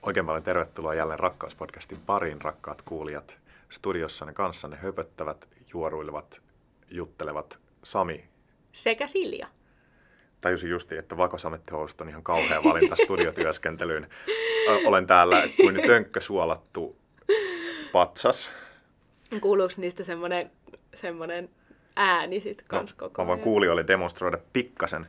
Oikein paljon tervetuloa jälleen Rakkauspodcastin pariin, rakkaat kuulijat. Studiossanne kanssanne höpöttävät, juoruilevat, juttelevat Sami. Sekä Silja. Tajusin justiin, että vakosamettihousut on ihan kauhea valinta studiotyöskentelyyn. Olen täällä kuin tönkkösuolattu patsas. Kuuluuko niistä semmoinen ääni sitten kans koko ajan? Mä voin kuulijoille demonstroida pikkasen.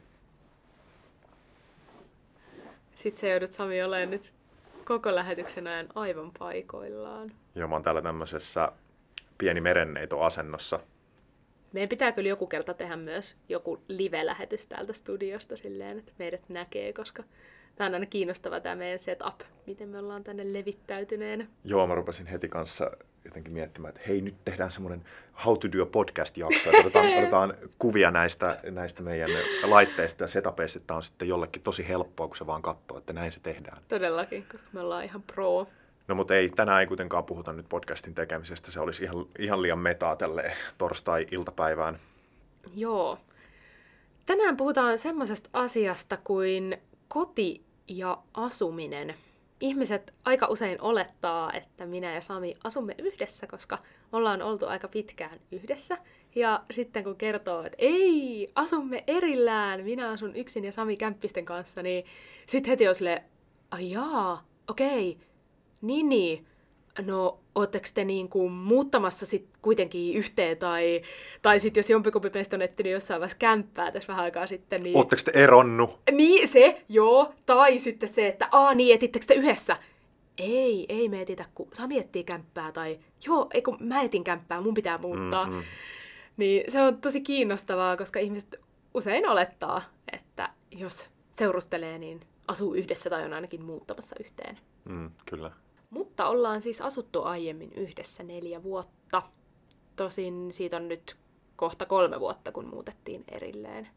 Sitten sä joudut, Sami, olemaan nyt koko lähetyksen ajan aivan paikoillaan. Joo, mä oon täällä tämmöisessä pieni merenneito-asennossa. Meidän pitää kyllä joku kerta tehdä myös joku live-lähetys täältä studiosta silleen, että meidät näkee, koska tämä on aina kiinnostava tämä meidän setup, miten me ollaan tänne levittäytyneenä. Joo, mä rupesin heti kanssa jotenkin miettimään, että hei, nyt tehdään semmoinen How to do a podcast-jakso. Otetaan kuvia näistä meidän laitteista ja setupeista, että on sitten jollekin tosi helppoa, kun se vaan katsoo, että näin se tehdään. Todellakin, koska me ollaan ihan pro. No mutta tänään ei kuitenkaan puhuta nyt podcastin tekemisestä. Se olisi ihan liian metaa tälleen torstai-iltapäivään. Joo. Tänään puhutaan semmoisesta asiasta kuin koti ja asuminen. Ihmiset aika usein olettaa, että minä ja Sami asumme yhdessä, koska ollaan oltu aika pitkään yhdessä. Ja sitten kun kertoo, että ei, asumme erillään, minä asun yksin ja Sami kämppisten kanssa, niin sitten heti on silleen, ai jaa, okei. Niin. No, ootteko te niinku muuttamassa sit kuitenkin yhteen, tai sitten jos jompikumpi meistä on etsinyt jossain vaiheessa kämppää tässä vähän aikaa sitten, niin... Ootteko te eronnut? Niin, se, joo. Tai sitten se, että etittekö te yhdessä? Ei me etitä, kun Sami etsii kämppää, tai joo, ei kun mä etin kämppää, mun pitää muuttaa. Niin se on tosi kiinnostavaa, koska ihmiset usein olettaa, että jos seurustelee, niin asuu yhdessä tai on ainakin muuttamassa yhteen. Kyllä. Mutta ollaan siis asuttu aiemmin yhdessä 4 vuotta. Tosin siitä on nyt kohta 3 vuotta, kun muutettiin erilleen.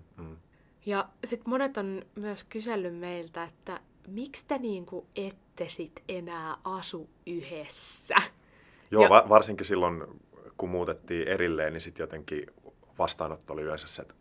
Ja sitten monet on myös kysellyt meiltä, että miksi te niinku ette sit enää asu yhdessä? Joo, varsinkin silloin, kun muutettiin erilleen, niin sitten jotenkin vastaanotto oli yleensä se, että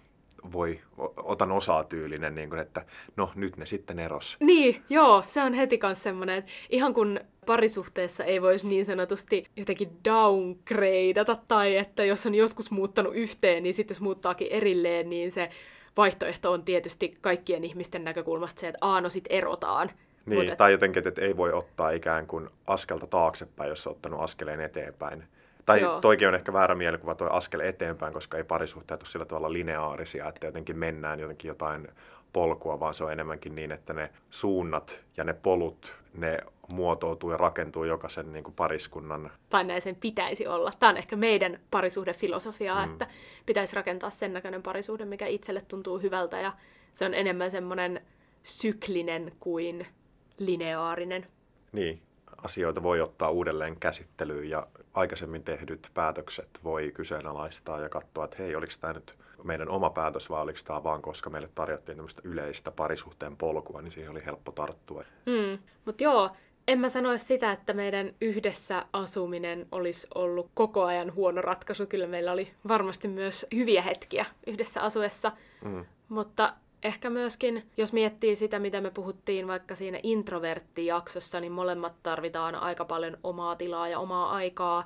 otan osaa tyylinen, niin kuin, että no nyt ne sitten eros. Niin, joo, se on heti kans semmoinen, että ihan kun parisuhteessa ei voisi niin sanotusti jotenkin downgradeata, tai että jos on joskus muuttanut yhteen, niin sitten jos muuttaakin erilleen, niin se vaihtoehto on tietysti kaikkien ihmisten näkökulmasta se, että no sit erotaan. Niin, tai jotenkin, että ei voi ottaa ikään kuin askelta taaksepäin, jos on ottanut askeleen eteenpäin. Tai toikin on ehkä väärä mielikuva toi askel eteenpäin, koska ei parisuhteet ole sillä tavalla lineaarisia, että jotenkin mennään jotenkin jotain polkua, vaan se on enemmänkin niin, että ne suunnat ja ne polut, ne muotoutuu ja rakentuu jokaisen niin kuin pariskunnan. Tai näin sen pitäisi olla. Tämä on ehkä meidän parisuhdefilosofiaa, että pitäisi rakentaa sen näköinen parisuhde, mikä itselle tuntuu hyvältä, ja se on enemmän semmoinen syklinen kuin lineaarinen. Niin. Asioita voi ottaa uudelleen käsittelyyn ja aikaisemmin tehdyt päätökset voi kyseenalaistaa ja katsoa, että hei, oliko tämä nyt meidän oma päätös vai oliko tämä vaan, koska meille tarjottiin tämmöistä yleistä parisuhteen polkua, niin siihen oli helppo tarttua. Mutta joo, en mä sanoisi sitä, että meidän yhdessä asuminen olisi ollut koko ajan huono ratkaisu. Kyllä meillä oli varmasti myös hyviä hetkiä yhdessä asuessa, mutta... Ehkä myöskin, jos miettii sitä, mitä me puhuttiin vaikka siinä introvertti-jaksossa, niin molemmat tarvitaan aika paljon omaa tilaa ja omaa aikaa.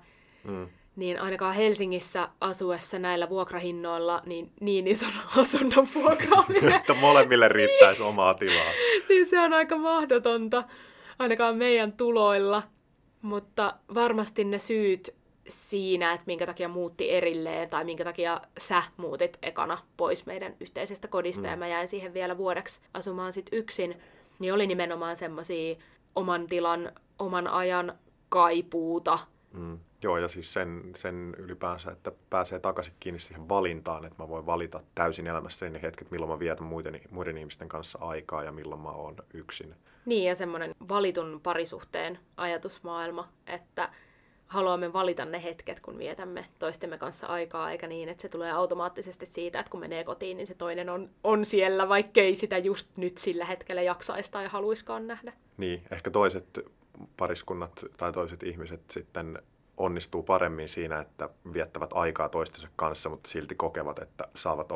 Niin ainakaan Helsingissä asuessa näillä vuokrahinnoilla, niin ison asunnon vuokraaminen. Että molemmille riittäisi omaa tilaa. Niin se on aika mahdotonta, ainakaan meidän tuloilla. Mutta varmasti ne syyt siinä, että minkä takia muutti erilleen tai minkä takia sä muutit ekana pois meidän yhteisestä kodista ja mä jäin siihen vielä vuodeksi asumaan sit yksin, niin oli nimenomaan semmosia oman tilan, oman ajan kaipuuta. Joo, ja siis sen ylipäänsä, että pääsee takaisin kiinni siihen valintaan, että mä voin valita täysin elämässäni ne hetket, milloin mä vietän muiden ihmisten kanssa aikaa ja milloin mä oon yksin. Niin, ja semmoinen valitun parisuhteen ajatusmaailma, että haluamme valita ne hetket, kun vietämme toistemme kanssa aikaa, eikä niin, että se tulee automaattisesti siitä, että kun menee kotiin, niin se toinen on siellä, vaikkei sitä just nyt sillä hetkellä jaksaisi tai haluiskaan nähdä. Niin, ehkä toiset pariskunnat tai toiset ihmiset sitten onnistuu paremmin siinä, että viettävät aikaa toistensa kanssa, mutta silti kokevat, että saavat olla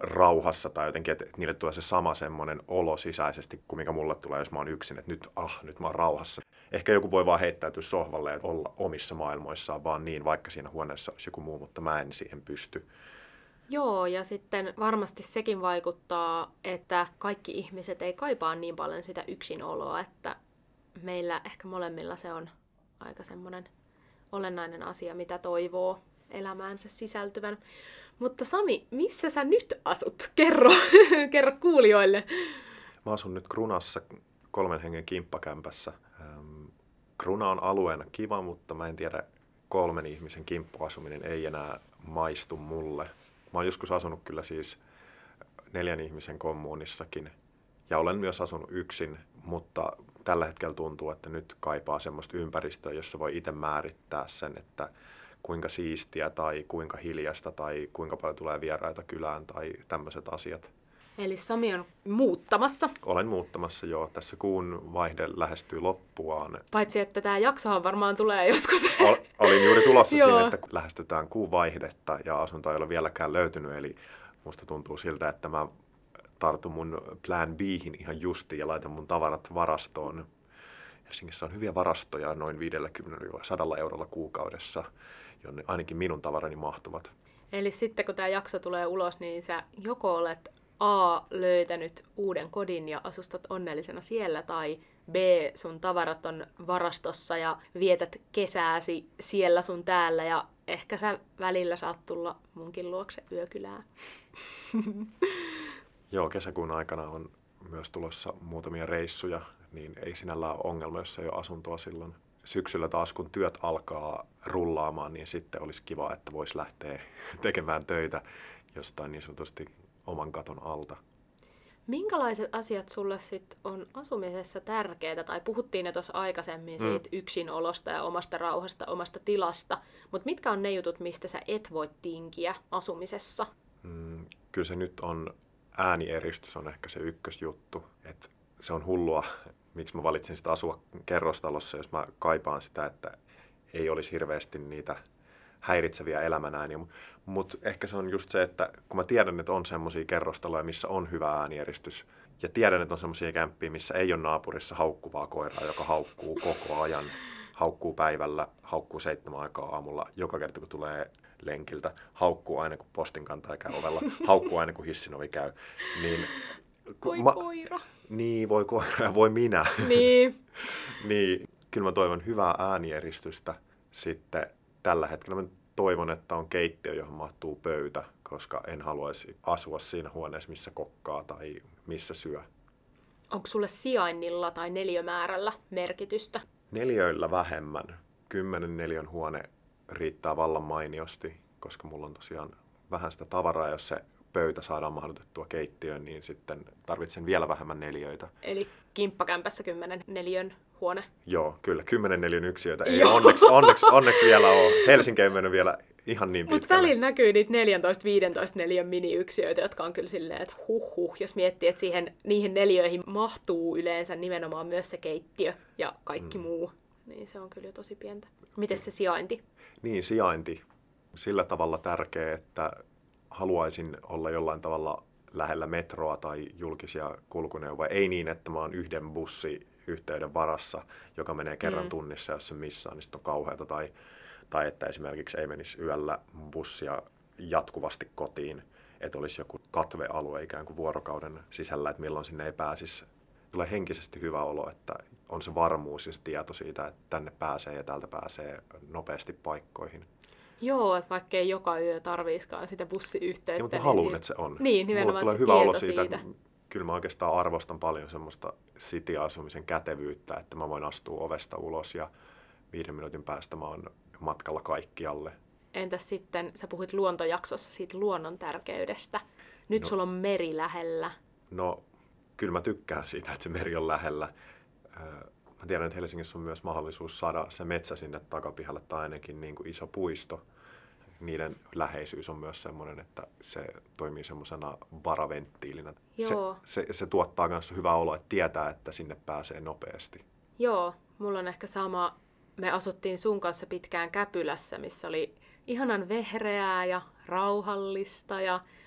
rauhassa tai jotenkin, että niille tulee se sama semmoinen olo sisäisesti kuin mikä mulle tulee, jos mä oon yksin, että nyt mä oon rauhassa. Ehkä joku voi vaan heittäytyä sohvalle ja olla omissa maailmoissaan vaan niin, vaikka siinä huoneessa olisi joku muu, mutta mä en siihen pysty. Joo, ja sitten varmasti sekin vaikuttaa, että kaikki ihmiset ei kaipaa niin paljon sitä yksinoloa, että meillä ehkä molemmilla se on aika semmoinen olennainen asia, mitä toivoo elämäänsä sisältyvän. Mutta Sami, missä sä nyt asut? Kerro kuulijoille. Mä asun nyt Krunassa 3 hengen kimppakämpässä. Kruna on alueena kiva, mutta mä en tiedä, 3 ihmisen kimppuasuminen ei enää maistu mulle. Mä oon joskus asunut kyllä siis 4 ihmisen kommunissakin ja olen myös asunut yksin, mutta tällä hetkellä tuntuu, että nyt kaipaa semmoista ympäristöä, jossa voi itse määrittää sen, että kuinka siistiä tai kuinka hiljasta tai kuinka paljon tulee vieraita kylään tai tämmöiset asiat. Eli Sami on muuttamassa. Olen muuttamassa, joo. Tässä kuun vaihde lähestyy loppuaan. Paitsi, että tämä jaksohan varmaan tulee joskus. Olin juuri tulossa siinä, että lähestytään kuun vaihdetta ja asuntoa ei ole vieläkään löytynyt. Eli musta tuntuu siltä, että mä tartun mun plan B:hin ihan justiin ja laitan mun tavarat varastoon. Helsingissä on hyviä varastoja noin 50–100 eurolla kuukaudessa, jonne ainakin minun tavarani mahtuvat. Eli sitten kun tämä jakso tulee ulos, niin sä joko olet A, löytänyt uuden kodin ja asustat onnellisena siellä, tai B, sun tavarat on varastossa ja vietät kesääsi siellä sun täällä, ja ehkä sä välillä saat tulla munkin luokse yökylään. Joo, kesäkuun aikana on myös tulossa muutamia reissuja, niin ei sinällään ole ongelma, jos ei ole asuntoa silloin. Syksyllä taas, kun työt alkaa rullaamaan, niin sitten olisi kiva, että voisi lähteä tekemään töitä jostain niin sanotusti oman katon alta. Minkälaiset asiat sulle sit on asumisessa tärkeitä? Tai puhuttiin jo tuossa aikaisemmin siitä yksinolosta ja omasta rauhasta, omasta tilasta. Mutta mitkä on ne jutut, mistä sä et voi tinkiä asumisessa? Kyllä se nyt on, äänieristys on ehkä se ykkösjuttu. Et se on hullua, miksi mä valitsin sitä asua kerrostalossa, jos mä kaipaan sitä, että ei olisi hirveästi niitä häiritseviä elämänääniä. Mutta ehkä se on just se, että kun mä tiedän, että on semmoisia kerrostaloja, missä on hyvä äänieristys, ja tiedän, että on semmoisia kämppiä, missä ei ole naapurissa haukkuvaa koiraa, joka haukkuu koko ajan, haukkuu päivällä, haukkuu 7 aikaa aamulla, joka kerta kun tulee lenkiltä, haukkuu aina kun postinkantaja käy ovella, haukkuu aina kun hissinovi käy. Niin, koira. Niin, voi koira ja voi minä. Niin. Niin, kyllä mä toivon hyvää äänieristystä. Sitten tällä hetkellä mä toivon, että on keittiö, johon mahtuu pöytä, koska en haluaisi asua siinä huoneessa, missä kokkaa tai missä syö. Onko sulle sijainnilla tai neliömäärällä merkitystä? Neliöillä vähemmän. 10 neliön huone riittää vallan mainiosti, koska mulla on tosiaan vähän sitä tavaraa, jos se pöytä saadaan mahdotettua keittiöön, niin sitten tarvitsen vielä vähemmän neliöitä. Eli kimppakämpässä 10 neliön huone? Joo, kyllä. 10 neliön yksiöitä ei onneksi vielä ole. Helsinki ei mennyt vielä ihan niin pitkälle. Mutta välillä näkyy niitä 14-15 neliön mini-yksiöitä, jotka on kyllä silleen, että jos miettii, että niihin neliöihin mahtuu yleensä nimenomaan myös se keittiö ja kaikki muu, niin se on kyllä jo tosi pientä. Miten se sijainti? Niin, sijainti. Sillä tavalla tärkeä, että haluaisin olla jollain tavalla lähellä metroa tai julkisia kulkuneuvoja. Ei niin, että mä oon yhden bussiyhteyden varassa, joka menee kerran tunnissa, jos se missään, niin sitten on kauheata. Tai että esimerkiksi ei menisi yöllä bussia jatkuvasti kotiin, että olisi joku katvealue ikään kuin vuorokauden sisällä, että milloin sinne ei pääsisi. Tulee henkisesti hyvä olo, että on se varmuus ja se tieto siitä, että tänne pääsee ja täältä pääsee nopeasti paikkoihin. Joo, että vaikka ei joka yö tarviiskaan sitä bussiyhteyttä. Ja, mutta haluan, että se on. Niin, nimenomaan mulle tulee se hyvä olo siitä. Kyllä mä oikeastaan arvostan paljon semmoista city-asumisen kätevyyttä, että mä voin astua ovesta ulos ja 5 minuutin päästä mä oon matkalla kaikkialle. Entäs sitten, sä puhuit luontojaksossa siitä luonnon tärkeydestä. Nyt sulla on meri lähellä. No, kyllä mä tykkään siitä, että se meri on lähellä. Mä tiedän, että Helsingissä on myös mahdollisuus saada se metsä sinne takapihalle tai ainakin niin kuin iso puisto. Niiden läheisyys on myös semmoinen, että se toimii semmoisena varaventtiilinä. Se tuottaa myös hyvää oloa, että tietää, että sinne pääsee nopeasti. Joo, mulla on ehkä sama. Me asuttiin sun kanssa pitkään Käpylässä, missä oli ihanan vehreää ja rauhallista ja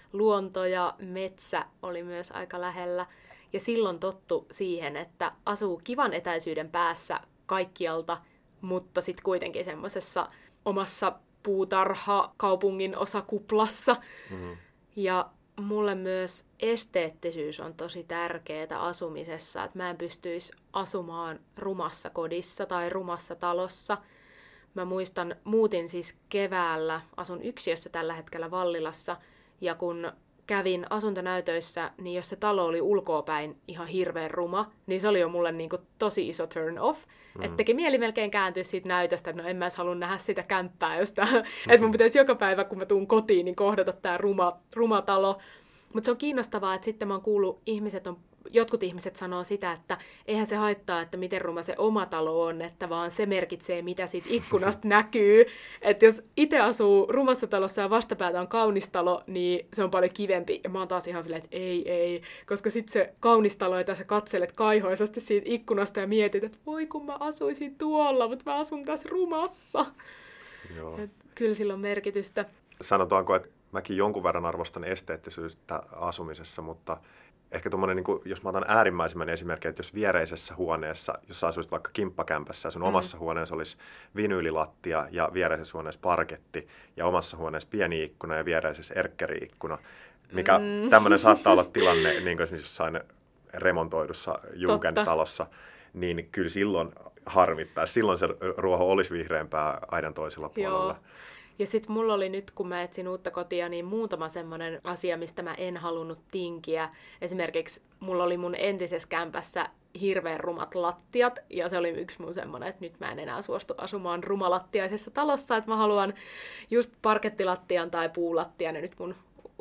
luonto ja metsä oli myös aika lähellä. Ja silloin tottu siihen, että asuu kivan etäisyyden päässä kaikkialta, mutta sitten kuitenkin semmoisessa omassa puutarha-kaupungin osakuplassa. Mm. Ja mulle myös esteettisyys on tosi tärkeää asumisessa, että mä en pystyisi asumaan rumassa kodissa tai rumassa talossa. Mä muistan, muutin siis keväällä, asun yksiössä tällä hetkellä Vallilassa, ja kun kävin asuntonäytöissä, niin jos se talo oli ulkoopäin ihan hirveän ruma, niin se oli jo mulle niinku tosi iso turn off. Että teki mieli melkein kääntyä siitä näytöstä, että no en mä edes halua nähdä sitä kämppää, että mun pitäisi joka päivä, kun mä tuun kotiin, niin kohdata tää ruma talo. Mutta se on kiinnostavaa, että sitten mä oon kuullut, jotkut ihmiset sanoo sitä, että eihän se haittaa, että miten ruma se oma talo on, että vaan se merkitsee, mitä siitä ikkunasta näkyy. Että jos itse asuu rumassa talossa ja vastapäätä on kaunis talo, niin se on paljon kivempi. Ja mä oon taas ihan silleen, että ei, koska sitten se kaunis talo, jota sä katselet kaihoisasti siitä ikkunasta ja mietit, että voi kun mä asuisin tuolla, mutta mä asun tässä rumassa. Joo. Et kyllä sillä on merkitystä. Sanotaanko, että mäkin jonkun verran arvostan esteettisyyttä asumisessa, mutta ehkä tuommoinen, niin jos mä otan äärimmäisimmän esimerkin, että jos viereisessä huoneessa, jos sä asuisit vaikka kimppakämpässä ja sun omassa huoneessa olisi vinyylilattia ja viereisessä huoneessa parketti ja omassa huoneessa pieni ikkuna ja viereisessä erkkeri-ikkuna, mikä tämmöinen saattaa olla tilanne, niin kuin esimerkiksi jossain remontoidussa Jugendtalossa, niin kyllä silloin harmittaisi. Silloin se ruoho olisi vihreämpää aidan toisella puolella. Joo. Ja sitten mulla oli nyt, kun mä etsin uutta kotia, niin muutama semmoinen asia, mistä mä en halunnut tinkiä. Esimerkiksi mulla oli mun entisessä kämpässä hirveän rumat lattiat, ja se oli yksi mun semmoinen, että nyt mä en enää suostu asumaan rumalattiaisessa talossa, että mä haluan just parkettilattian tai puulattian, ja nyt mun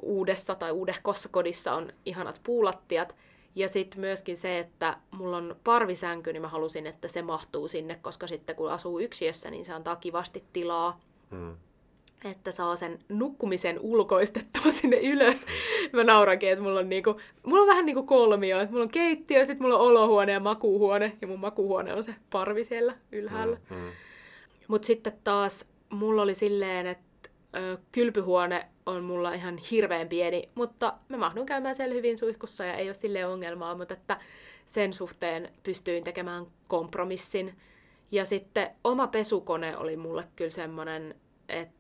uudehkossa kodissa on ihanat puulattiat. Ja sitten myöskin se, että mulla on parvisänky, niin mä halusin, että se mahtuu sinne, koska sitten kun asuu yksiössä, niin se antaa kivasti tilaa. Että saa sen nukkumisen ulkoistettua sinne ylös. Mä naurankin, että mulla on vähän niin kuin kolmio. Että mulla on keittiö, sitten mulla on olohuone ja makuuhuone. Ja mun makuuhuone on se parvi siellä ylhäällä. Mutta sitten taas mulla oli silleen, että kylpyhuone on mulla ihan hirveän pieni. Mutta mä mahdun käymään siellä hyvin suihkussa ja ei ole silleen ongelmaa. Mutta että sen suhteen pystyin tekemään kompromissin. Ja sitten oma pesukone oli mulle kyllä semmoinen, että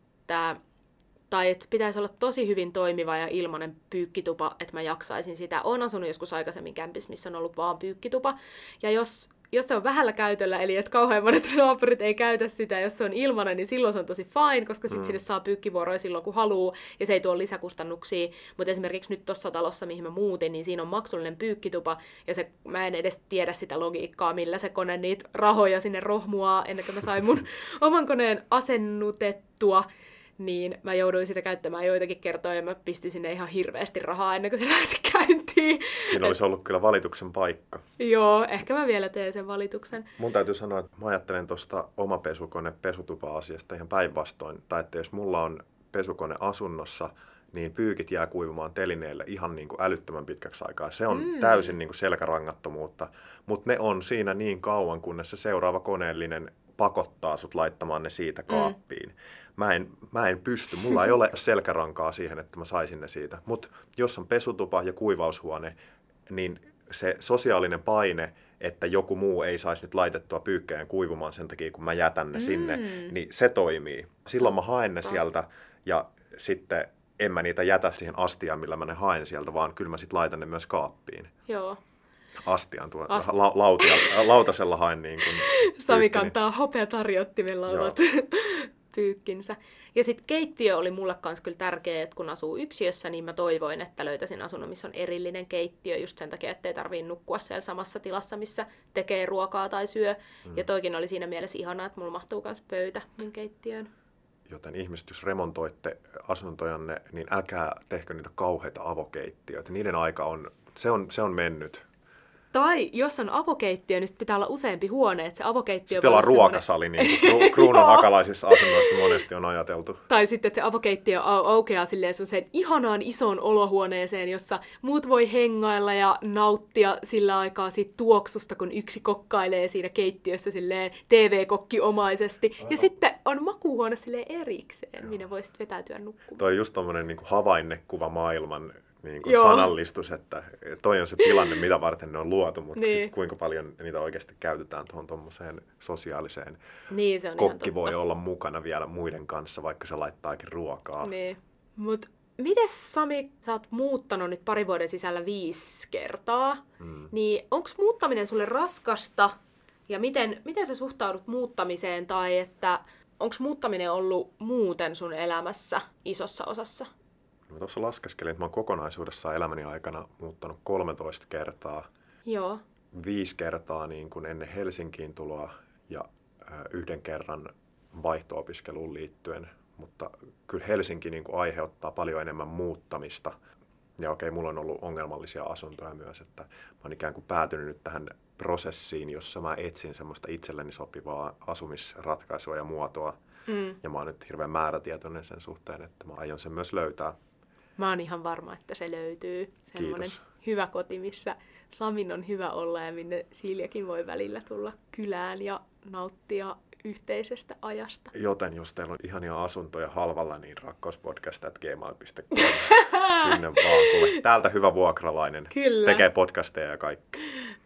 pitäisi olla tosi hyvin toimiva ja ilmainen pyykkitupa, että mä jaksaisin sitä. Oon asunut joskus aikaisemmin kämpissä, missä on ollut vaan pyykkitupa. Ja jos se on vähällä käytöllä, eli että kauhean monet naapurit ei käytä sitä, jos se on ilmainen, niin silloin se on tosi fine, koska sitten sinne saa pyykkivuoroja silloin, kun haluaa, ja se ei tuo lisäkustannuksia. Mutta esimerkiksi nyt tuossa talossa, mihin mä muutin, niin siinä on maksullinen pyykkitupa, ja mä en edes tiedä sitä logiikkaa, millä se kone niitä rahoja sinne rohmuaa, ennen kuin mä sain mun oman koneen asennutettua. Niin mä jouduin sitä käyttämään joitakin kertoja ja mä pistin sinne ihan hirveästi rahaa ennen kuin se lähti käyntiin. Siinä olisi ollut kyllä valituksen paikka. Joo, ehkä mä vielä teen sen valituksen. Mun täytyy sanoa, että mä ajattelen tuosta oma pesukone pesutupa-asiasta ihan päinvastoin. Tai että jos mulla on pesukone asunnossa, niin pyykit jää kuivumaan telineelle ihan niin kuin älyttömän pitkäksi aikaa. Se on täysin niin kuin selkärangattomuutta, mutta ne on siinä niin kauan, kunnes se seuraava koneellinen pakottaa sut laittamaan ne siitä kaappiin. Mä en pysty, mulla ei ole selkärankaa siihen, että mä saisin ne siitä. Mutta jos on pesutupa ja kuivaushuone, niin se sosiaalinen paine, että joku muu ei saisi nyt laitettua pyykkejään kuivumaan sen takia, kun mä jätän ne sinne, niin se toimii. Silloin mä haen ne sieltä ja sitten en mä niitä jätä siihen astiaan, millä mä ne haen sieltä, vaan kyllä mä sitten laitan ne myös kaappiin. Joo. Astiaan lautasella haen niin kuin Sami kantaa hopeatarjottimella omat pyykkinsä. Ja sitten keittiö oli mulle kans kyllä tärkeä, että kun asuu yksiössä, niin mä toivoin, että löytäisin asunnon, missä on erillinen keittiö, just sen takia, ettei tarvii nukkua siellä samassa tilassa, missä tekee ruokaa tai syö. Ja toikin oli siinä mielessä ihanaa, että mulla mahtuu kans pöytä mun keittiöön. Joten ihmiset, jos remontoitte asuntojanne, niin älkää tehkö niitä kauheita avokeittiöitä. Niiden aika on, se on mennyt. Tai jos on avokeittiö, niin pitää olla useampi huone, että se avokeittiö sitten ollaan ruokasali, niin kuin kruunun hakalaisissa asunnoissa monesti on ajateltu. Tai sitten, että se avokeittiö aukeaa silleen semmoiseen ihanaan isoon olohuoneeseen, jossa muut voi hengailla ja nauttia sillä aikaa siitä tuoksusta, kun yksi kokkailee siinä keittiössä silleen TV-kokkiomaisesti. Ja sitten on makuuhuone silleen erikseen, minne voi sitten vetäytyä nukkumaan. Toi on just tommonen niin kuin havainnekuva maailman niin kuin sanallistus, että toi on se tilanne, mitä varten ne on luotu, mutta sit kuinka paljon niitä oikeasti käytetään tuohon tommoseen sosiaaliseen. Niin, se on kokki voi olla mukana vielä muiden kanssa, vaikka se laittaakin ruokaa. Niin. Mut mites Sami, sä oot muuttanut nyt 2 vuoden sisällä 5 kertaa, niin onks muuttaminen sulle raskasta ja miten sä suhtaudut muuttamiseen tai että onks muuttaminen ollut muuten sun elämässä isossa osassa? Mä tuossa laskeskelin, että mä oon kokonaisuudessaan elämäni aikana muuttanut 13 kertaa. Joo. 5 kertaa niin kuin ennen Helsinkiin tuloa ja 1 kerran vaihto-opiskeluun liittyen. Mutta kyllä Helsinki niin kuin aiheuttaa paljon enemmän muuttamista. Ja okei, mulla on ollut ongelmallisia asuntoja myös, että mä oon ikään kuin päätynyt nyt tähän prosessiin, jossa mä etsin semmoista itselleni sopivaa asumisratkaisua ja muotoa. Ja mä oon nyt hirveän määrätietoinen sen suhteen, että mä aion sen myös löytää. Mä oon ihan varma, että se löytyy. Semmoinen hyvä koti, missä Samin on hyvä olla ja minne Siljakin voi välillä tulla kylään ja nauttia yhteisestä ajasta. Joten jos teillä on ihania asuntoja halvalla, niin rakkauspodcast@gmail.com sinne vaan. Kuule, täältä hyvä vuokralainen. Kyllä. Tekee podcasteja ja kaikki.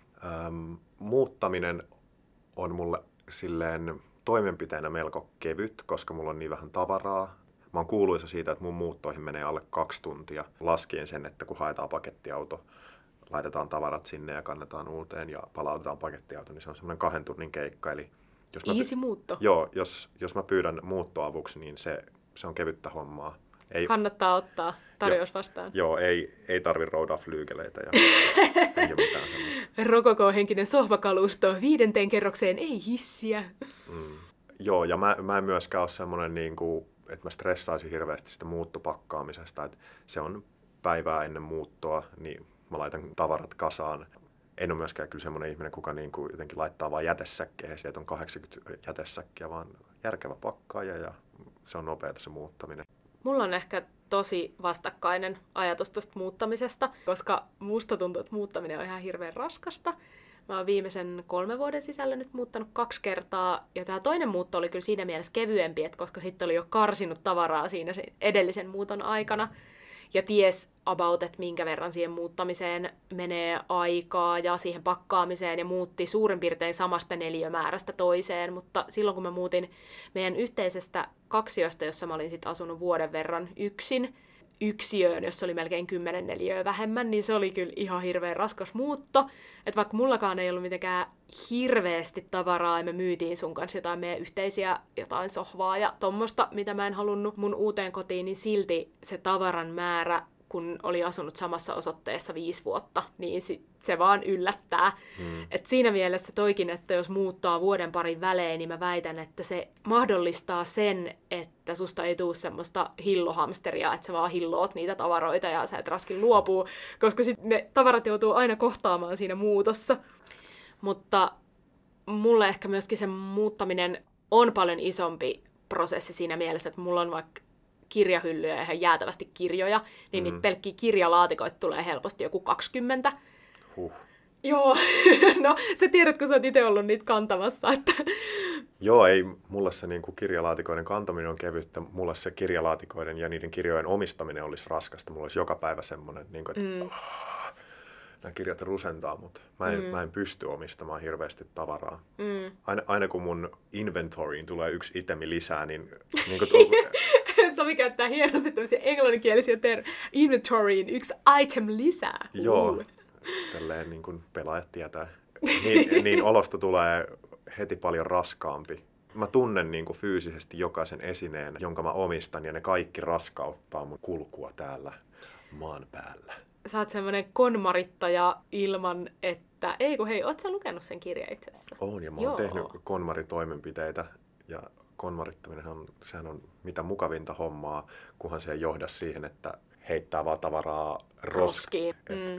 Muuttaminen on mulle silleen toimenpiteenä melko kevyt, koska mulla on niin vähän tavaraa. Mä oon kuuluisa siitä, että mun muuttoihin menee alle 2 tuntia. Laskien sen, että kun haetaan pakettiauto, laitetaan tavarat sinne ja kannetaan uuteen ja palautetaan pakettiauto, niin se on semmoinen 2 tunnin keikka. Eli easy muutto. Joo, jos mä pyydän muuttoavuksi, niin se on kevyttä hommaa. Ei, kannattaa ottaa tarjous vastaan. Joo, ei tarvi roudaa flyygeleitä ja ei ole mitään semmoista. Rokoko-henkinen sohvakalusto, 5. kerrokseen ei hissiä. Joo, ja mä en myöskään ole semmoinen, niin kuin, että mä stressaisin hirveästi sitä muuttopakkaamisesta. Että se on päivää ennen muuttoa, niin mä laitan tavarat kasaan. En ole myöskään kyllä semmoinen ihminen, kuka niin kuin jotenkin laittaa vaan jätesäkkeihin, että on 80 jätesäkkiä, vaan järkevä pakkaaja ja se on nopeata se muuttaminen. Mulla on ehkä tosi vastakkainen ajatus tuosta muuttamisesta, koska musta tuntuu, että muuttaminen on ihan hirveän raskasta. Mä oon viimeisen 3 vuoden sisällä nyt muuttanut 2 kertaa, ja tää toinen muutto oli kyllä siinä mielessä kevyempi, että koska sitten oli jo karsinut tavaraa siinä edellisen muuton aikana, ja ties about, että minkä verran siihen muuttamiseen menee aikaa ja siihen pakkaamiseen, ja muutti suurin piirtein samasta neliömäärästä toiseen, mutta silloin kun mä muutin meidän yhteisestä kaksiosta, jossa mä olin sit asunut vuoden verran yksin, yksiöön, jossa oli melkein 10 neliöä vähemmän, niin se oli kyllä ihan hirveän raskas muutto. Että vaikka mullakaan ei ollut mitenkään hirveästi tavaraa, ja me myytiin sun kanssa jotain meidän yhteisiä, jotain sohvaa ja tommosta, mitä mä en halunnut mun uuteen kotiin, niin silti se tavaran määrä, kun oli asunut samassa osoitteessa 5 vuotta, niin se vaan yllättää. Et siinä mielessä toikin, että jos muuttaa vuoden parin välein, niin mä väitän, että se mahdollistaa sen, että susta ei tule semmoista hillohamsteria, että sä vaan hilloot niitä tavaroita ja sä et raskin luopuu, koska sitten ne tavarat joutuu aina kohtaamaan siinä muutossa. Mutta mulle ehkä myöskin se muuttaminen on paljon isompi prosessi siinä mielessä, että mulla on vaikka kirjahyllyjä ja ihan jäätävästi kirjoja, niin niitä pelkkiä kirjalaatikoita tulee helposti joku 20. Joo, no sä tiedät, kun sä oot itse ollut niitä kantamassa. Että... Joo, ei mulle se niin kuin kirjalaatikoiden kantaminen on kevyttä. Mulle se kirjalaatikoiden ja niiden kirjojen omistaminen olisi raskasta. Mulla olisi joka päivä semmoinen, niin kuin, että nämä kirjat rusentaa, mutta mä en pysty omistamaan hirveästi tavaraa. Aina kun mun inventoriin tulee 1 itemi lisää, niin Sami käyttää hienosti tämmöisiä englanninkielisiä inventoryin 1 item lisää. Joo, tälleen niin kuin pelaajat tietää. Niin olosta tulee heti paljon raskaampi. Mä tunnen niin kuin fyysisesti jokaisen esineen, jonka mä omistan, ja ne kaikki raskauttaa mun kulkua täällä maan päällä. Sä oot semmoinen konmarittaja ilman, että... Ei kun hei, oot sä lukenut sen kirjan itse asiassa? Oon, ja mä oon tehnyt konmaritoimenpiteitä, ja konmarittaminen sehän on mitä mukavinta hommaa, kunhan se ei johda siihen, että heittää vaan tavaraa roskiin.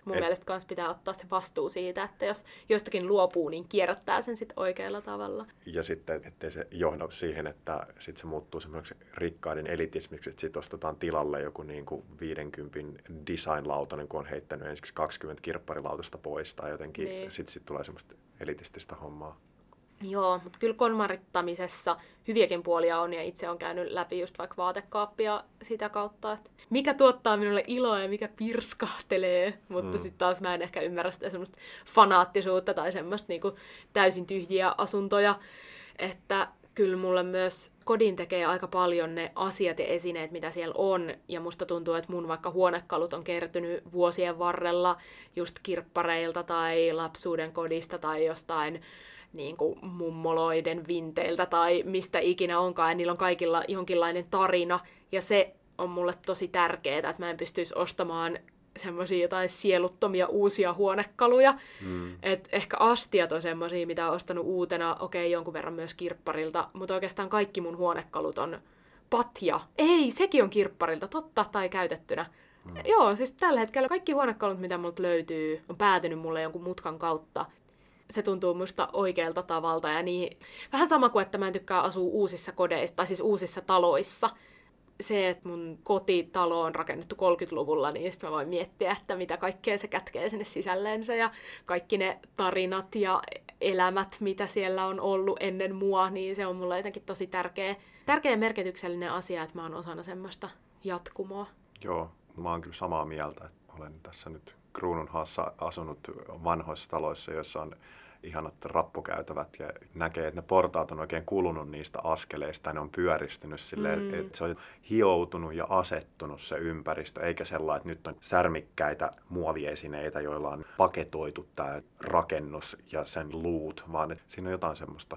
Mun mielestä kans pitää ottaa se vastuu siitä, että jos jostakin luopuu, niin kierrättää sen sitten oikealla tavalla. Ja sitten, ettei se johda siihen, että sit se muuttuu semmoiseksi rikkaiden elitismiksi, että sitten ostetaan tilalle joku niin kuin 50 design-lautanen, kun on heittänyt ensiksi 20 kirpparilautasta pois, tai jotenkin niin. Sitten tulee semmoista elitististä hommaa. Joo, mutta kyllä konmarittamisessa hyviäkin puolia on, ja itse on käynyt läpi just vaikka vaatekaappia sitä kautta, että mikä tuottaa minulle iloa ja mikä pirskahtelee, mutta sitten taas mä en ehkä ymmärrä sitä semmoista fanaattisuutta tai semmoista niinku täysin tyhjiä asuntoja, että kyllä mulle myös kodin tekee aika paljon ne asiat ja esineet, mitä siellä on, ja musta tuntuu, että mun vaikka huonekalut on kertynyt vuosien varrella just kirppareilta tai lapsuuden kodista tai jostain niin kuin mummoloiden vinteiltä tai mistä ikinä onkaan, ja niillä on kaikilla jonkinlainen tarina, ja se on mulle tosi tärkeää, että mä en pystyisi ostamaan semmoisia jotain sieluttomia uusia huonekaluja. Et ehkä astiat on semmoisia, mitä on ostanut uutena, jonkun verran myös kirpparilta, mutta oikeastaan kaikki mun huonekalut on patja. Ei, sekin on kirpparilta, totta, tai käytettynä. Joo, siis tällä hetkellä kaikki huonekalut, mitä multa löytyy, on päätynyt mulle jonkun mutkan kautta. Se tuntuu musta oikealta tavalta ja niin. Vähän sama kuin, että mä en tykkää asua uusissa kodeissa, tai siis uusissa taloissa. Se, että mun kotitalo on rakennettu 30-luvulla, niin sitten mä voin miettiä, että mitä kaikkea se kätkee sinne sisälleensä ja kaikki ne tarinat ja elämät, mitä siellä on ollut ennen mua, niin se on mulle jotenkin tosi tärkeä merkityksellinen asia, että mä oon osana semmoista jatkumoa. Joo, mä oon kyllä samaa mieltä, että olen tässä nyt Kruununhaassa asunut vanhoissa taloissa, joissa on ihanat rappukäytävät ja näkee, että ne portaat on oikein kulunut niistä askeleista ja ne on pyöristynyt silleen, että se on hioutunut ja asettunut se ympäristö, eikä sellainen, että nyt on särmikkäitä muoviesineitä, joilla on paketoitu tämä rakennus ja sen luut, vaan että siinä on jotain semmoista.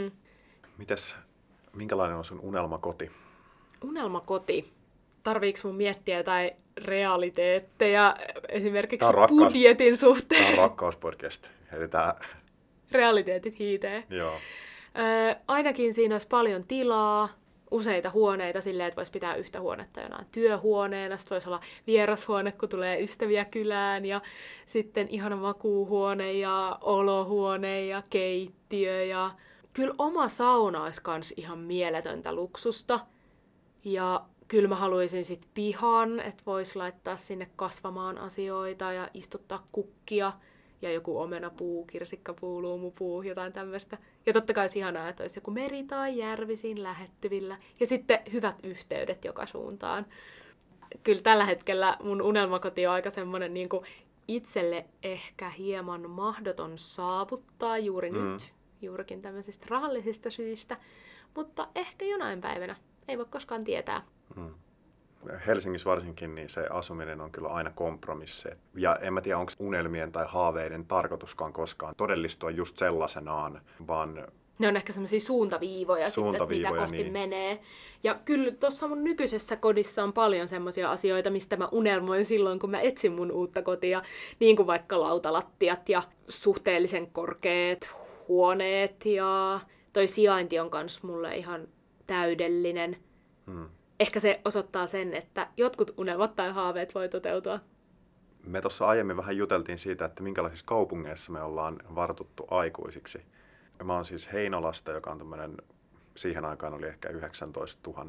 Minkälainen on sun unelmakoti? Unelmakoti? Tarviiko mun miettiä jotain realiteetteja esimerkiksi budjetin suhteen? Tämä on rakkauspodcast. Heitetään realiteetit hiiteen. Joo. Ainakin siinä olisi paljon tilaa, useita huoneita silleen, että voisi pitää yhtä huonetta jonain työhuoneena. Sitten voisi olla vierashuone, kun tulee ystäviä kylään. Ja sitten ihana makuuhuone ja olohuone ja keittiö. Ja kyllä oma sauna olisi kans ihan mieletöntä luksusta. Ja kyllä mä haluaisin sitten pihan, että voisi laittaa sinne kasvamaan asioita ja istuttaa kukkia. Ja joku omenapuu, kirsikkapuu, luumupuu, jotain tämmöistä. Ja totta kai olisi ihanaa, että olisi joku meri tai järvi siinä lähettyvillä. Ja sitten hyvät yhteydet joka suuntaan. Kyllä tällä hetkellä mun unelmakoti on aika semmoinen niin kuin itselle ehkä hieman mahdoton saavuttaa juuri nyt. Juurikin tämmöisistä rahallisista syistä. Mutta ehkä jonain päivänä. Ei voi koskaan tietää. Helsingissä varsinkin niin se asuminen on kyllä aina kompromissi. Ja en mä tiedä, onko unelmien tai haaveiden tarkoituskaan koskaan todellistua just sellaisenaan, vaan ne on ehkä semmoisia suuntaviivoja sitten, mitä kohti menee. Ja kyllä tuossa mun nykyisessä kodissa on paljon semmoisia asioita, mistä mä unelmoin silloin, kun mä etsin mun uutta kotia. Niin kuin vaikka lautalattiat ja suhteellisen korkeat huoneet ja toi sijainti on kans mulle ihan täydellinen. Ehkä se osoittaa sen, että jotkut unelmat tai haaveet voi toteutua. Me tuossa aiemmin vähän juteltiin siitä, että minkälaisissa kaupungeissa me ollaan vartuttu aikuisiksi. Mä oon siis Heinolasta, joka on tämmöinen, siihen aikaan oli ehkä 19 000,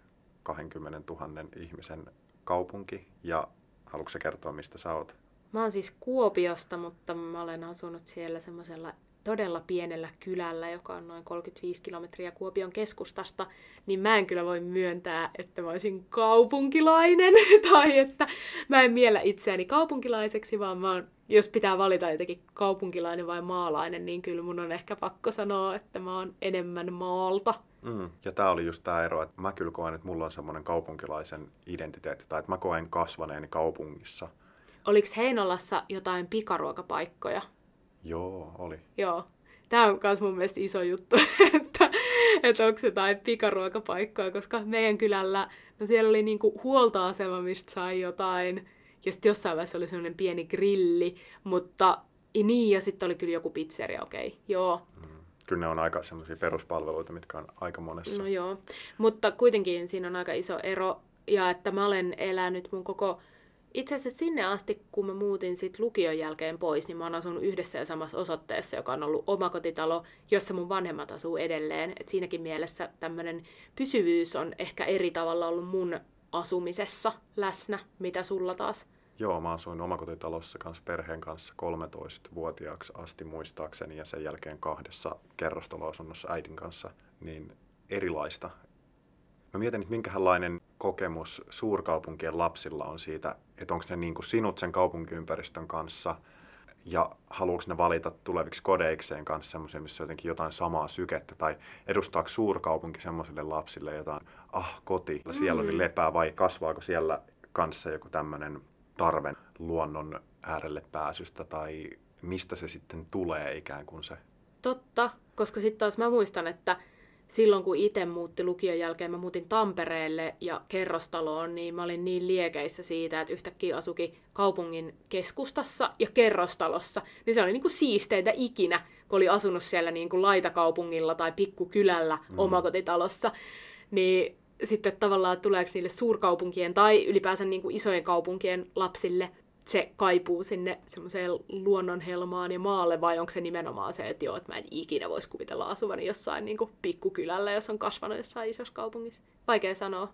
20 000 ihmisen kaupunki. Ja haluatko sä kertoa, mistä sä oot? Mä oon siis Kuopiosta, mutta mä olen asunut siellä semmoisella todella pienellä kylällä, joka on noin 35 kilometriä Kuopion keskustasta, niin mä en kyllä voi myöntää, että mä olisin kaupunkilainen, tai että mä en miellä itseäni kaupunkilaiseksi, vaan jos pitää valita jotenkin kaupunkilainen vai maalainen, niin kyllä mun on ehkä pakko sanoa, että mä oon enemmän maalta. Ja tää oli just tää ero, että mä kyllä koen, että mulla on semmoinen kaupunkilaisen identiteetti, tai että mä koen kasvaneeni kaupungissa. Oliko Heinolassa jotain pikaruokapaikkoja? Joo, oli. Joo. Tämä on myös mun mielestä iso juttu, että onko jotain pikaruokapaikkoja, koska meidän kylällä, no siellä oli niinku huoltoasema, mistä sai jotain, ja sitten jossain vaiheessa oli sellainen pieni grilli, mutta niin, ja sitten oli kyllä joku pizzeria, joo. Kyllä ne on aika semmoisia peruspalveluita, mitkä on aika monessa. No joo, mutta kuitenkin siinä on aika iso ero, ja että mä olen elänyt mun koko Itse asiassa sinne asti, kun mä muutin sit lukion jälkeen pois, niin mä oon asunut yhdessä ja samassa osoitteessa, joka on ollut omakotitalo, jossa mun vanhemmat asuu edelleen. Et siinäkin mielessä tämmöinen pysyvyys on ehkä eri tavalla ollut mun asumisessa läsnä, mitä sulla taas. Joo, mä asuin omakotitalossa kanssa perheen kanssa 13-vuotiaaksi asti muistaakseni ja sen jälkeen 2 kerrostaloasunnossa äidin kanssa, niin erilaista. Mä mietin, että minkälainen kokemus suurkaupunkien lapsilla on siitä, että onko ne niin kuin sinut sen kaupunkiympäristön kanssa ja haluatko ne valita tuleviksi kodeikseen kanssa semmoisia, missä on jotenkin jotain samaa sykettä tai edustaako suurkaupunki semmoisille lapsille jotain, koti, siellä oli lepää vai kasvaako siellä kanssa joku tämmöinen tarve luonnon äärelle pääsystä tai mistä se sitten tulee ikään kuin se? Totta, koska sitten taas mä muistan, että silloin kun itse muutti lukion jälkeen, mä muutin Tampereelle ja kerrostaloon, niin mä olin niin liekeissä siitä, että yhtäkkiä asukin kaupungin keskustassa ja kerrostalossa. Niin se oli niin kuin siisteintä ikinä, kun oli asunut siellä niin kuin laitakaupungilla tai pikkukylällä omakotitalossa. Niin sitten tavallaan tuleeko niille suurkaupunkien tai ylipäänsä niin kuin isojen kaupunkien lapsille se kaipuu sinne semmoiseen luonnonhelmaan ja maalle, vai onko se nimenomaan se, että joo, että mä en ikinä voisi kuvitella asuvani jossain niin kuin pikkukylällä, jos on kasvanut jossain isossa kaupungissa. Vaikea sanoa.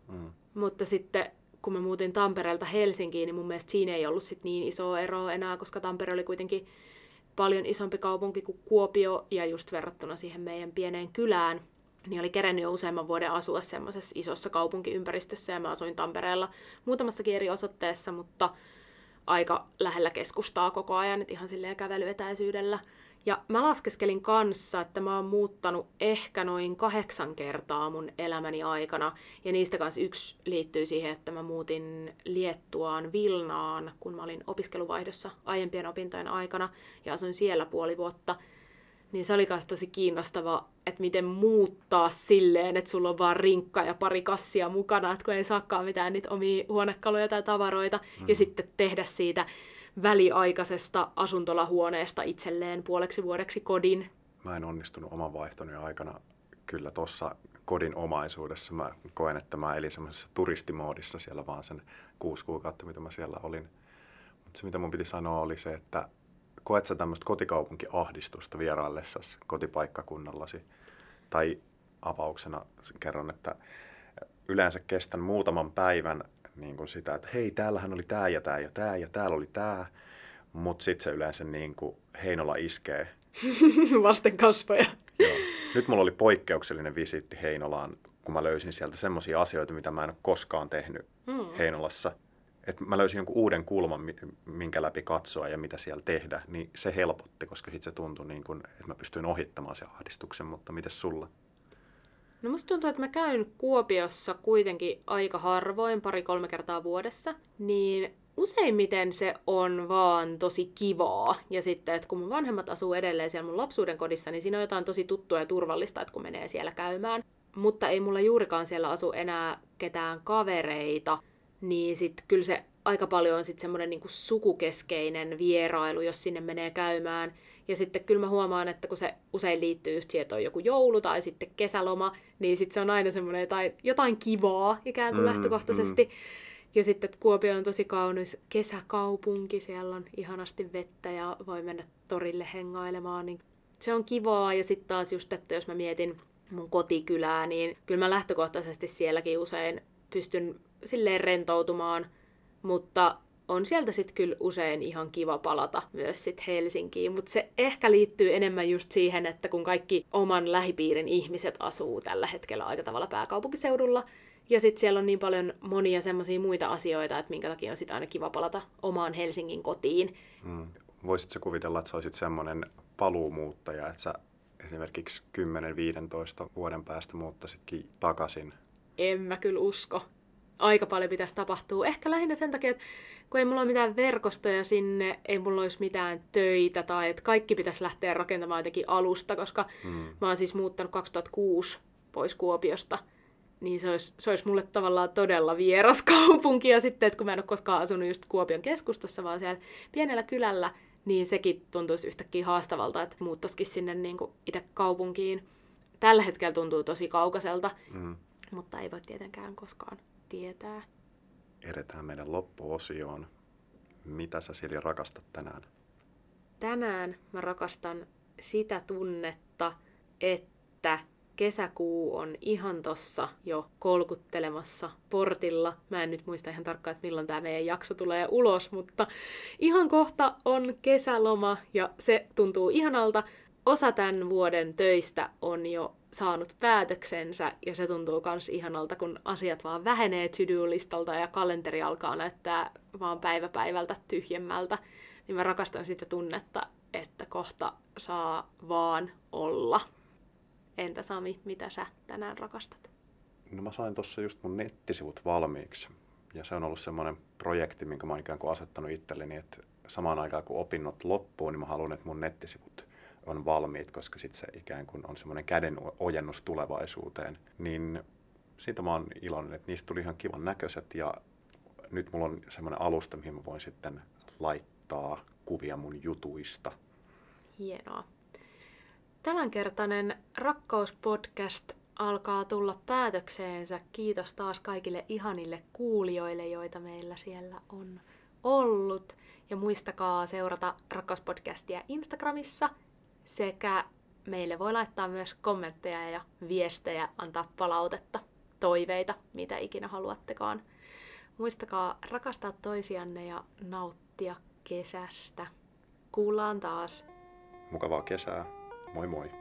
Mutta sitten kun mä muutin Tampereelta Helsinkiin, niin mun mielestä siinä ei ollut sit niin iso ero enää, koska Tampere oli kuitenkin paljon isompi kaupunki kuin Kuopio, ja just verrattuna siihen meidän pieneen kylään, niin oli kerennyt jo useamman vuoden asua semmoisessa isossa kaupunkiympäristössä, ja mä asuin Tampereella muutamassakin eri osoitteessa, mutta aika lähellä keskustaa koko ajan, että ihan silleen kävelyetäisyydellä. Ja mä laskeskelin kanssa, että mä oon muuttanut ehkä noin 8 kertaa mun elämäni aikana. Ja niistä kanssa 1 liittyy siihen, että mä muutin Liettuaan Vilnaan, kun mä olin opiskeluvaihdossa aiempien opintojen aikana ja asuin siellä puoli vuotta. Niin se oli myös tosi kiinnostava, että miten muuttaa silleen, että sulla on vaan rinkka ja pari kassia mukana, että kun ei saakaan mitään niitä omia huonekaluja tai tavaroita, ja sitten tehdä siitä väliaikaisesta asuntolahuoneesta itselleen puoleksi vuodeksi kodin. Mä en onnistunut oman vaihtoni aikana kyllä tuossa kodin omaisuudessa. Mä koen, että mä elin semmoisessa turistimoodissa siellä vaan sen 6 kuukautta, mitä mä siellä olin. Mutta se, mitä mun piti sanoa, oli se, että koet sä tämmöistä kotikaupunkiahdistusta vieraillessasi kotipaikkakunnallasi? Tai avauksena kerron, että yleensä kestän muutaman päivän niin kuin sitä, että hei, täällähän oli tää ja tää ja tää ja täällä oli tää. Mutta sitten se yleensä niin kuin Heinola iskee. Vasten kasvoja. Joo. Nyt mulla oli poikkeuksellinen visiitti Heinolaan, kun mä löysin sieltä semmoisia asioita, mitä mä en ole koskaan tehnyt Heinolassa. Että mä löysin jonkun uuden kulman, minkä läpi katsoa ja mitä siellä tehdä, niin se helpotti, koska sitten se tuntui niin kuin, että mä pystyin ohittamaan sen ahdistuksen, mutta mites sulla? No musta tuntuu, että mä käyn Kuopiossa kuitenkin aika harvoin, 2-3 kertaa vuodessa, niin useimmiten se on vaan tosi kivaa. Ja sitten, että kun mun vanhemmat asuu edelleen siellä mun lapsuuden kodissa, niin siinä on jotain tosi tuttua ja turvallista, että kun menee siellä käymään. Mutta ei mulla juurikaan siellä asu enää ketään kavereita, niin sitten kyllä se aika paljon on sitten semmoinen niinku sukukeskeinen vierailu, jos sinne menee käymään. Ja sitten kyllä mä huomaan, että kun se usein liittyy just siihen, että on joku joulu tai sitten kesäloma, niin sitten se on aina semmoinen jotain kivaa ikään kuin lähtökohtaisesti. Ja sitten, että Kuopio on tosi kaunis kesäkaupunki, siellä on ihanasti vettä ja voi mennä torille hengailemaan, niin se on kivaa. Ja sitten taas just, että jos mä mietin mun kotikylää, niin kyllä mä lähtökohtaisesti sielläkin usein pystyn silleen rentoutumaan, mutta on sieltä sitten kyllä usein ihan kiva palata myös sitten Helsinkiin, mutta se ehkä liittyy enemmän just siihen, että kun kaikki oman lähipiirin ihmiset asuu tällä hetkellä aika tavalla pääkaupunkiseudulla, ja sitten siellä on niin paljon monia semmoisia muita asioita, että minkä takia on sitten aina kiva palata omaan Helsingin kotiin. Voisitko kuvitella, että sä olisit semmoinen paluumuuttaja, että sä esimerkiksi 10-15 vuoden päästä muuttaisitkin takaisin? En mä kyllä usko. Aika paljon pitäisi tapahtua. Ehkä lähinnä sen takia, että kun ei mulla ole mitään verkostoja sinne, ei mulla olisi mitään töitä tai että kaikki pitäisi lähteä rakentamaan jotenkin alusta, koska mä oon siis muuttanut 2006 pois Kuopiosta, niin se olisi mulle tavallaan todella vieras kaupunki. Ja sitten, että kun mä en ole koskaan asunut just Kuopion keskustassa, vaan siellä pienellä kylällä, niin sekin tuntuisi yhtäkkiä haastavalta, että muuttaisikin sinne niin kuin itse kaupunkiin. Tällä hetkellä tuntuu tosi kaukaiselta, mutta ei voi tietenkään koskaan tietää. Edetään meidän loppuosioon. Mitä sä, Silja, rakastat tänään? Tänään mä rakastan sitä tunnetta, että kesäkuu on ihan tossa jo kolkuttelemassa portilla. Mä en nyt muista ihan tarkkaan, että milloin tämä meidän jakso tulee ulos, mutta ihan kohta on kesäloma ja se tuntuu ihanalta. Osa tämän vuoden töistä on jo saanut päätöksensä ja se tuntuu kans ihanalta, kun asiat vaan vähenee to-do-listalta ja kalenteri alkaa näyttää vaan päivä päivältä tyhjemmältä. Niin mä rakastan sitä tunnetta, että kohta saa vaan olla. Entä Sami, mitä sä tänään rakastat? No mä sain tuossa just mun nettisivut valmiiksi. Ja se on ollut semmoinen projekti, minkä mä oon ikään kuin asettanut itselleni, että samaan aikaan kun opinnot loppuu, niin mä haluan, että mun nettisivut on valmiit, koska sitten se ikään kuin on semmoinen käden ojennus tulevaisuuteen. Niin siitä mä oon iloinen, että niistä tuli ihan kivan näköiset ja nyt mulla on semmoinen alusta, mihin mä voin sitten laittaa kuvia mun jutuista. Hienoa. Tämänkertainen Rakkauspodcast alkaa tulla päätökseensä. Kiitos taas kaikille ihanille kuulijoille, joita meillä siellä on ollut. Ja muistakaa seurata Rakkauspodcastia Instagramissa sekä meille voi laittaa myös kommentteja ja viestejä, antaa palautetta, toiveita, mitä ikinä haluattekaan. Muistakaa rakastaa toisianne ja nauttia kesästä. Kuullaan taas. Mukavaa kesää. Moi moi.